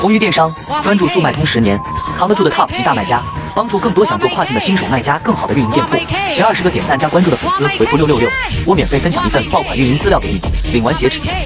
红鱼电商专注速卖通10年，扛得住的 Top 级大卖家，帮助更多想做跨境的新手卖家更好的运营店铺。前20个点赞加关注的粉丝回复666，我免费分享一份爆款运营资料给你，领完截止。